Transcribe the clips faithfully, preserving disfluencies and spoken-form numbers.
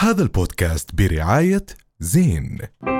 هذا البودكاست برعاية زين.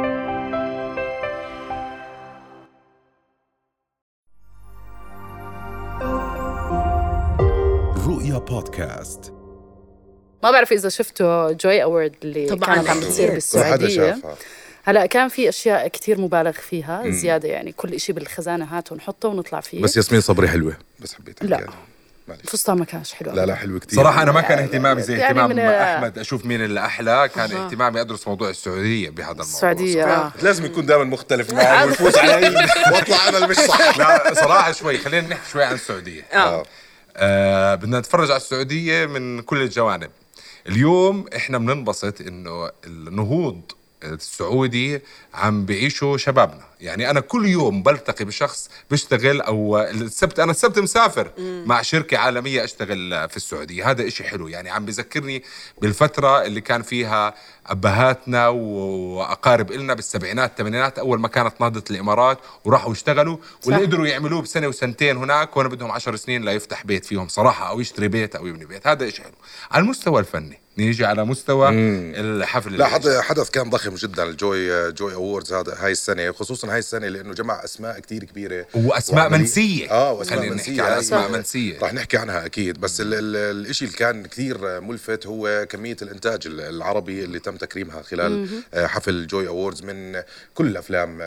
رؤيا بودكاست. ما بعرف إذا شفتوا جوي أورد اللي طبعاً كانت عم بتصير بالسعودية. هلا كان في أشياء كتير مبالغ فيها مم. زيادة، يعني كل إشي بالخزانة هات ونحطه ونطلع فيه. بس ياسمين صبري حلوة، بس حبيت لا فستان ما كانش حلو. لا لا حلوة كتير صراحة. أنا ما كان اهتمامي زي يعني اهتمام أحمد أشوف مين اللي أحلى، كان أه. اهتمامي أدرس موضوع السعودية بهذا الموضوع. السعودية آه. لازم يكون دائما مختلف معه ويفوز علي واطلع أنا المش صح. لا صراحة شوي خلينا نحكي شوي عن السعودية. آه. آه بدنا نتفرج على السعودية من كل الجوانب. اليوم إحنا بننبسط إنه النهوض السعودي عم بيعيشوا شبابنا. يعني أنا كل يوم بلتقي بشخص بيشتغل، أو السبت أنا السبت مسافر مم. مع شركة عالمية أشتغل في السعودية. هذا إشي حلو، يعني عم بذكرني بالفترة اللي كان فيها أبهاتنا وأقارب إلنا بالسبعينات الثمانينات، أول ما كانت نهضة الإمارات وراحوا يشتغلوا، واللي قدروا يعملوا بسنة وسنتين هناك، وأنا بدهم عشر سنين لا يفتح بيت فيهم صراحة، أو يشتري بيت أو يبني بيت. هذا إشي حلو. على المستوى الفني نيجي على مستوى مم. الحفل. لا حدث كان ضخم جدا الجوي جوي أووردز هذا هاي السنة، خصوصا هاي السنة لأنه جمع أسماء كتير كبيرة وأسماء منسية. آه وأسماء منسية على أسماء منسية راح نحكي عنها أكيد. بس ال ال الإشي اللي كان كتير ملفت هو كمية الإنتاج العربي اللي تم تكريمها خلال مم. حفل جوي أووردز من كل الأفلام.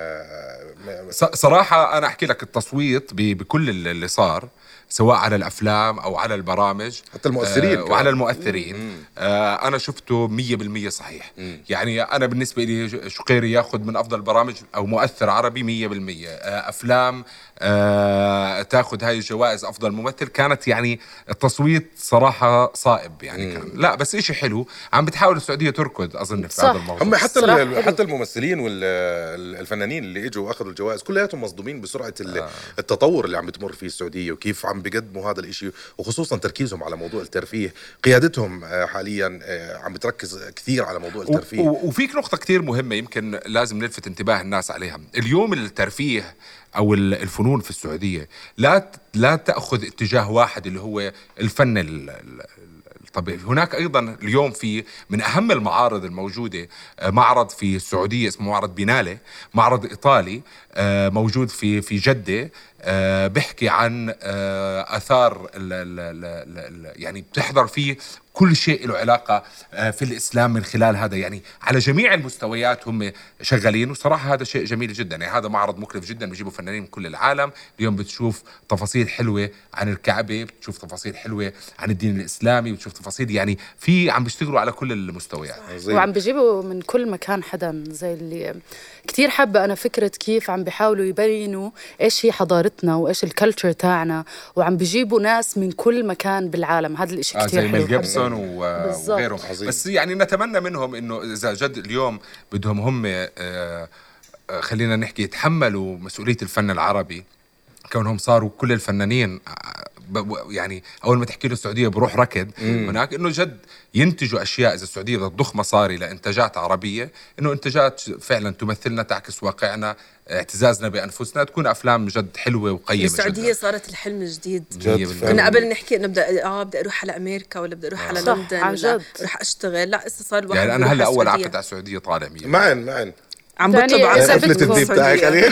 صراحة أنا أحكي لك التصويت بكل اللي صار، سواء على الأفلام أو على البرامج، حتى المؤثرين آه وعلى المؤثرين. آه أنا شفته مية بالمية صحيح. مم. يعني أنا بالنسبة لي شقيري ياخذ من أفضل برامج أو مؤثر عربي مية بالمية. آه أفلام آه تاخذ هاي الجوائز أفضل ممثل. كانت يعني التصويت صراحة صائب يعني. كان لا بس إشي حلو. عم بتحاول السعودية تركض أظن في هذا الموضوع. هم حتى حتى الممثلين والفنانين اللي إجوا أخذوا الجوائز كلياتهم مصدومين بسرعة آه. التطور اللي عم بتمر فيه السعودية، وكيف عم بيقدموا هذا الاشي، وخصوصا تركيزهم على موضوع الترفيه. قيادتهم حاليا عم بتركز كثير على موضوع الترفيه. وفيك نقطة كثير مهمة يمكن لازم نلفت انتباه الناس عليها. اليوم الترفيه أو الفنون في السعودية لا لا تأخذ اتجاه واحد اللي هو الفن الطبيعي. هناك أيضا اليوم في من أهم المعارض الموجودة معرض في السعودية اسمه معرض بينالة، معرض إيطالي موجود في في جدة، أه بحكي عن أه آثار ال ال ال ال يعني بتحضر فيه كل شيء له علاقة أه في الإسلام من خلال هذا. يعني على جميع المستويات هم شغالين، وصراحة هذا شيء جميل جدا. يعني هذا معرض مكلف جدا، بيجيبوا فنانين من كل العالم. اليوم بتشوف تفاصيل حلوة عن الكعبة، بتشوف تفاصيل حلوة عن الدين الإسلامي، بتشوف تفاصيل يعني في عم بيشتغلوا على كل المستويات. وعم بيجيبوا من كل مكان حدا زي اللي كتير حابة أنا فكرة كيف عم بيحاولوا يبينوا إيش هي حضارتنا وإيش الكالتشر تاعنا، وعم بيجيبوا ناس من كل مكان بالعالم. هذا الإشي آه كتير زي حلو. ميل جيبسون وغيرهم. بس يعني نتمنى منهم إنه إذا جد اليوم بدهم هم آه خلينا نحكي يتحملوا مسؤولية الفن العربي، كونهم صاروا كل الفنانين يعني أول ما تحكي له السعودية بروح ركض هناك، إنه جد ينتجوا أشياء. إذا السعودية بدها تضخ مصاري لإنتاجات عربية، إنه إنتاجات فعلا تمثلنا، تعكس واقعنا، اعتزازنا بأنفسنا، تكون أفلام جد حلوة وقيمة. السعودية جداً. صارت الحلم الجديد. كنا قبل نحكي إنه بدأ آه بدأ أروح على أمريكا ولا بدأ أروح على لندن ولا أروح أشتغل. لا إسا صار الواحد. يعني أنا هلا أول عقد على السعودية طالع مية معن معن عم بطلب على التدريب تاعك عليه.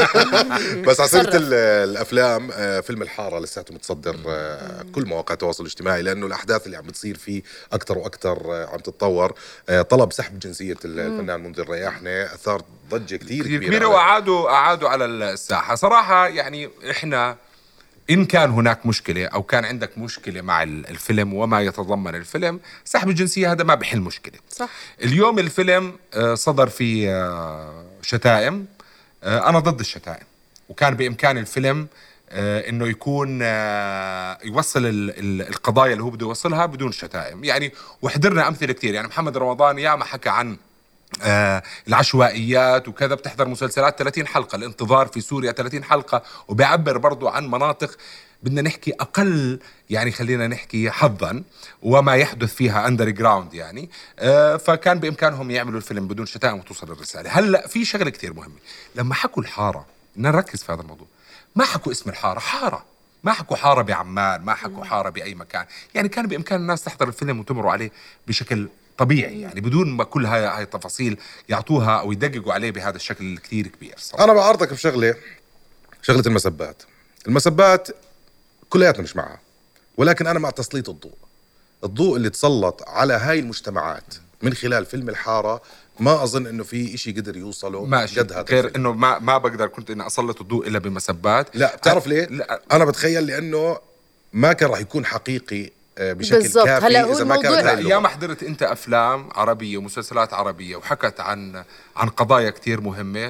بس على سيرة الأفلام، فيلم الحارة لساته متصدر كل مواقع التواصل الاجتماعي، لأنه الأحداث اللي عم بتصير فيه أكتر وأكتر عم تتطور. طلب سحب جنسية الفنان منذر رياحنة أثار ضجة كتير كبيرة, كبيرة وأعادوا أعادوا على الساحة صراحة. يعني إحنا إن كان هناك مشكلة أو كان عندك مشكلة مع الفيلم وما يتضمن الفيلم، سحب الجنسية هذا ما بحل مشكلة. صح. اليوم الفيلم صدر فيه شتائم. أنا ضد الشتائم، وكان بإمكان الفيلم إنه يكون يوصل القضايا اللي هو بده يوصلها بدون شتائم. يعني وحضرنا أمثلة كتير. يعني محمد رمضان ياما حكى عن آه العشوائيات وكذا، بتحضر مسلسلات ثلاثين حلقة، الانتظار في سوريا ثلاثين حلقة، وبيعبر برضو عن مناطق بدنا نحكي أقل، يعني خلينا نحكي حظا، وما يحدث فيها أندر جراوند يعني. آه فكان بإمكانهم يعملوا الفيلم بدون شتائم وتوصل الرسالة. هلأ في شغلة كتير مهمة لما حكوا الحارة، بدنا نركز في هذا الموضوع. ما حكوا اسم الحارة حارة، ما حكوا حارة بعمان، ما حكوا حارة بأي مكان. يعني كان بإمكان الناس تحضر الفيلم وتمروا عليه بشكل طبيعي يعني بدون ما كل هاي هاي التفاصيل يعطوها او يدققوا عليه بهذا الشكل الكثير كبير صراحة. انا بعرضك بشغله شغله المسبات المسبات كلياتنا مش معها، ولكن انا مع تسليط الضوء الضوء اللي تسلط على هاي المجتمعات من خلال فيلم الحارة. ما اظن انه في اشي قدر يوصله قد هذا غير انه ما ما بقدر كنت اني اسلط الضوء الا بمسبات. لا بتعرف ليه؟ لا. انا بتخيل لانه ما كان راح يكون حقيقي بشكل بالزبط. كافي اذا ما كانت يا ما حضرت انت افلام عربيه ومسلسلات عربيه وحكت عن عن قضايا كتير مهمه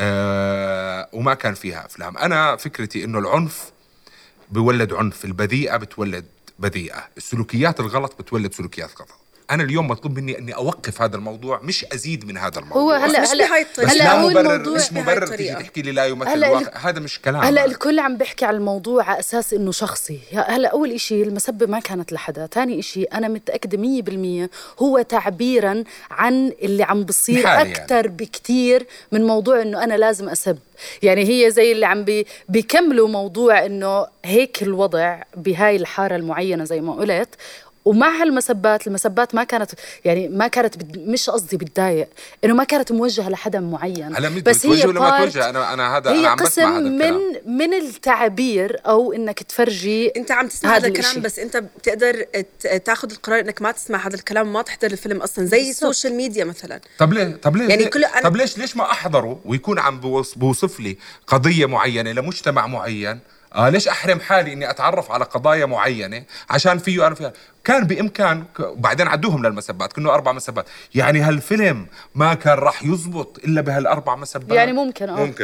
أه وما كان فيها افلام. انا فكرتي انه العنف بيولد عنف، البذيئه بتولد بذيئه، السلوكيات الغلط بتولد سلوكيات غلط. أنا اليوم مطلوب مني إني أوقف هذا الموضوع مش أزيد من هذا الموضوع. هو هلا هلا هلا هلا هو الموضوع مش مبرر تيجي تحكي لي لا يمثل الواقع، هذا مش كلام. هلا الكل عم بيحكي على الموضوع على أساس إنه شخصي. هلا أول إشي المسبة ما كانت لحدا، ثاني إشي أنا متأكدة مية بالمية هو تعبيرا عن اللي عم بصير أكتر يعني. بكتير من موضوع إنه أنا لازم أسب. يعني هي زي اللي عم بي بيكملوا موضوع إنه هيك الوضع بهاي الحارة المعينة زي ما قلت. ومع هالمسبات المسبات ما كانت يعني ما كانت بد... مش قصدي بتضايق انه ما كانت موجهه لحدا معين، بس هي ولا ما توجه. انا انا هذا هي انا عم قسم بسمع هذا من من التعبير او انك تفرجي. انت عم تسمع هذا الكلام بس انت بتقدر تاخذ القرار انك ما تسمع هذا الكلام وما تحضر الفيلم اصلا زي السوشيال ميديا مثلا. طب ليه طب ليه يعني كل أنا... طب ليش ليش ما احضره ويكون عم بوصف لي قضيه معينه لمجتمع معين؟ آه ليش أحرم حالي إني أتعرف على قضايا معينة عشان فيه أنا فيها؟ كان بإمكان بعدين عدوهم للمسبات كأنه أربع مسبات. يعني هالفيلم ما كان راح يزبط إلا بهالأربع مسبات. يعني ممكن آه ممكن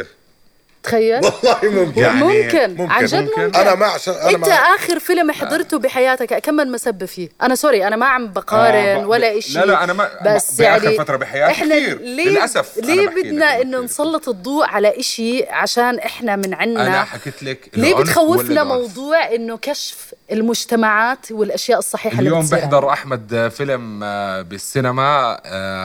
تخيل والله ممكن يعني ممكن, ممكن. عن جد ممكن. ممكن. أنا مع ش... أنا أنت مع... آخر فيلم حضرته بحياتك كم من مسبة فيه؟ أنا سوري أنا ما عم بقارن آه ب... ولا إشي. لا لا أنا ما بس بآخر يعني فترة بحياتي إحنا كثير ليه للأسف ليه بدنا إنه نسلط الضوء على إشي عشان إحنا من عنا. أنا حكيت لك ليه بتخوفنا موضوع إنه كشف المجتمعات والأشياء الصحيحة اليوم اللي بحضر أحمد فيلم بالسينما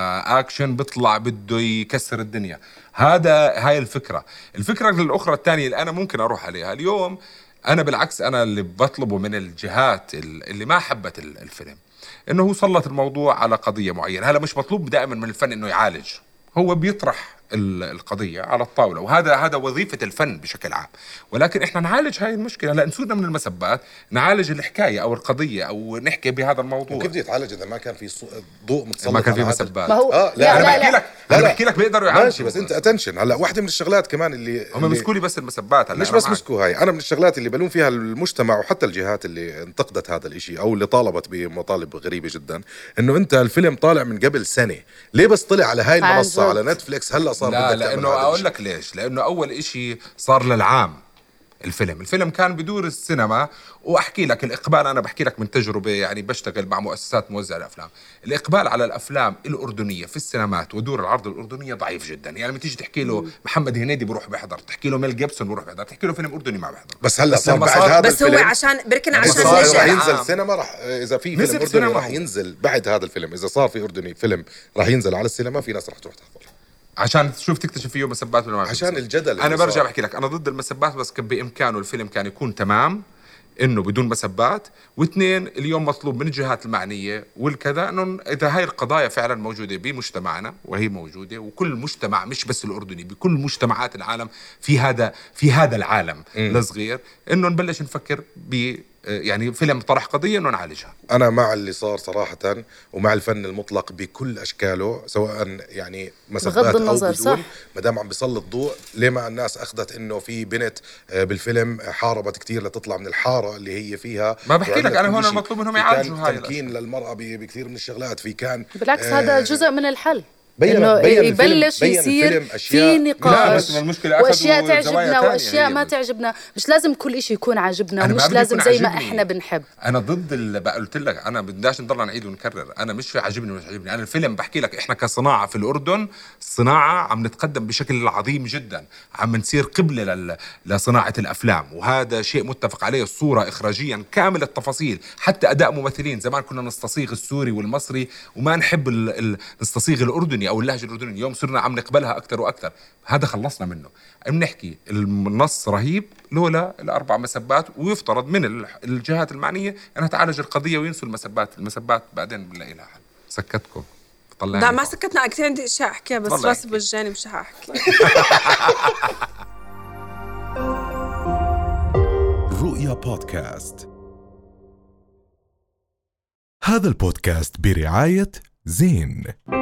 أكشن بيطلع بده يكسر الدنيا. هذا هاي الفكرة. الفكرة الأخرى الثانية اللي أنا ممكن أروح عليها اليوم، أنا بالعكس أنا اللي بطلبه من الجهات اللي ما حبت الفيلم إنه هو سلط الموضوع على قضية معينة. هلا مش مطلوب دائما من الفن إنه يعالج، هو بيطرح القضية على الطاولة وهذا هذا وظيفة الفن بشكل عام، ولكن إحنا نعالج هاي المشكلة. لا نسودنا من المسبات، نعالج الحكاية أو القضية أو نحكي بهذا الموضوع. وكيف بدي يتعالج إذا ما كان في ضوء متسلط؟ ما كان في مسبات. ما هو آه لا, لا, أنا بحكي لك لا أنا بحكي لك بيقدروا يعالجوا. ماشي بس أنت أتنشن. هلا واحدة من الشغلات كمان اللي هم مسكوا لي بس المسبات. هلا مش بس مسكوا هاي، أنا من الشغلات اللي بلوم فيها المجتمع وحتى الجهات اللي انتقدت هذا الإشي أو اللي طالبت بمطالب غريبة جدا، إنه أنت الفيلم طالع من قبل سنة، ليه بس طلع على هاي المنصة على نتفليكس هلا صار؟ لا لأنه أقول لك ليش، لأنه أول إشي صار للعام الفيلم الفيلم كان بدور السينما. وأحكي لك الإقبال، أنا بحكي لك من تجربة يعني بشتغل مع مؤسسات موزعة الأفلام، الإقبال على الأفلام الأردنية في السينمات ودور العرض الأردنية ضعيف جدا. يعني لما تيجي تحكي له محمد هنيدي بروح بيحضر، تحكي له ميل جيبسون بروح بيحضر، تحكي له فيلم أردني ما بيحضر. بس هلا صار بعد هذا بس هو عشان بركن عشان راح ينزل سينما، راح إذا في فيلم أردني راح ينزل بعد هذا الفيلم. إذا صار في أردني فيلم راح ينزل على السينما، في ناس راح تروح تحضر عشان تشوف تكتشف فيه مسبات ولا ما عشان الجدل. انا برجع بحكي لك انا ضد المسبات، بس كان بامكانه الفيلم كان يكون تمام انه بدون مسبات. واثنين اليوم مطلوب من الجهات المعنيه والكذا انه اذا هاي القضايا فعلا موجوده بمجتمعنا، وهي موجوده وكل مجتمع مش بس الاردني، بكل مجتمعات العالم في هذا في هذا العالم الصغير، انه نبلش نفكر ب يعني فيلم طرح قضية إنه نعالجها. أنا مع اللي صار صراحة ومع الفن المطلق بكل أشكاله، سواء يعني مسبات أو بدون، مدام عم بيسلط ضوء. ليه ما الناس أخذت إنه في بنت بالفيلم حاربت كتير لتطلع من الحارة اللي هي فيها؟ ما بحكي لك أنا هون المطلوب منهم يعالجوا هاي تمكين للمرأة بكثير من الشغلات. في كان بالعكس آه هذا جزء من الحل، إنه يبلش يصير في نقاش وأشياء تعجبنا وأشياء ما تعجبنا. مش لازم كل إشي يكون عاجبنا ومش لازم زي ما إحنا بنحب. أنا ضد اللي قلت لك، أنا بدناش نضلنا نعيد ونكرر. أنا مش عاجبني ومش عاجبني. أنا الفيلم بحكي لك إحنا كصناعة في الأردن صناعة عم نتقدم بشكل عظيم جدا، عم نصير قبلة لل... لصناعة الأفلام، وهذا شيء متفق عليه. الصورة إخراجيا كامل التفاصيل، حتى أداء ممثلين. زمان كنا نستصيغ السوري والمصري وما نحب ال... ال... نستصيغ الأردني أو اللهجة الأردنية. اليوم صرنا عم نقبلها أكثر وأكثر، هذا خلصنا منه. بنحكي النص رهيب لولا الأربع مسبات، ويفترض من الجهات المعنية أنها تعالج القضية وينسوا المسبات. المسبات بعدين بنلاقي لها حل. سكتكم لا ما سكتنا، كثير عندي اشياء احكيها بس راسي بوجعني مش هحكي. رؤيا بودكاست. هذا البودكاست برعاية زين.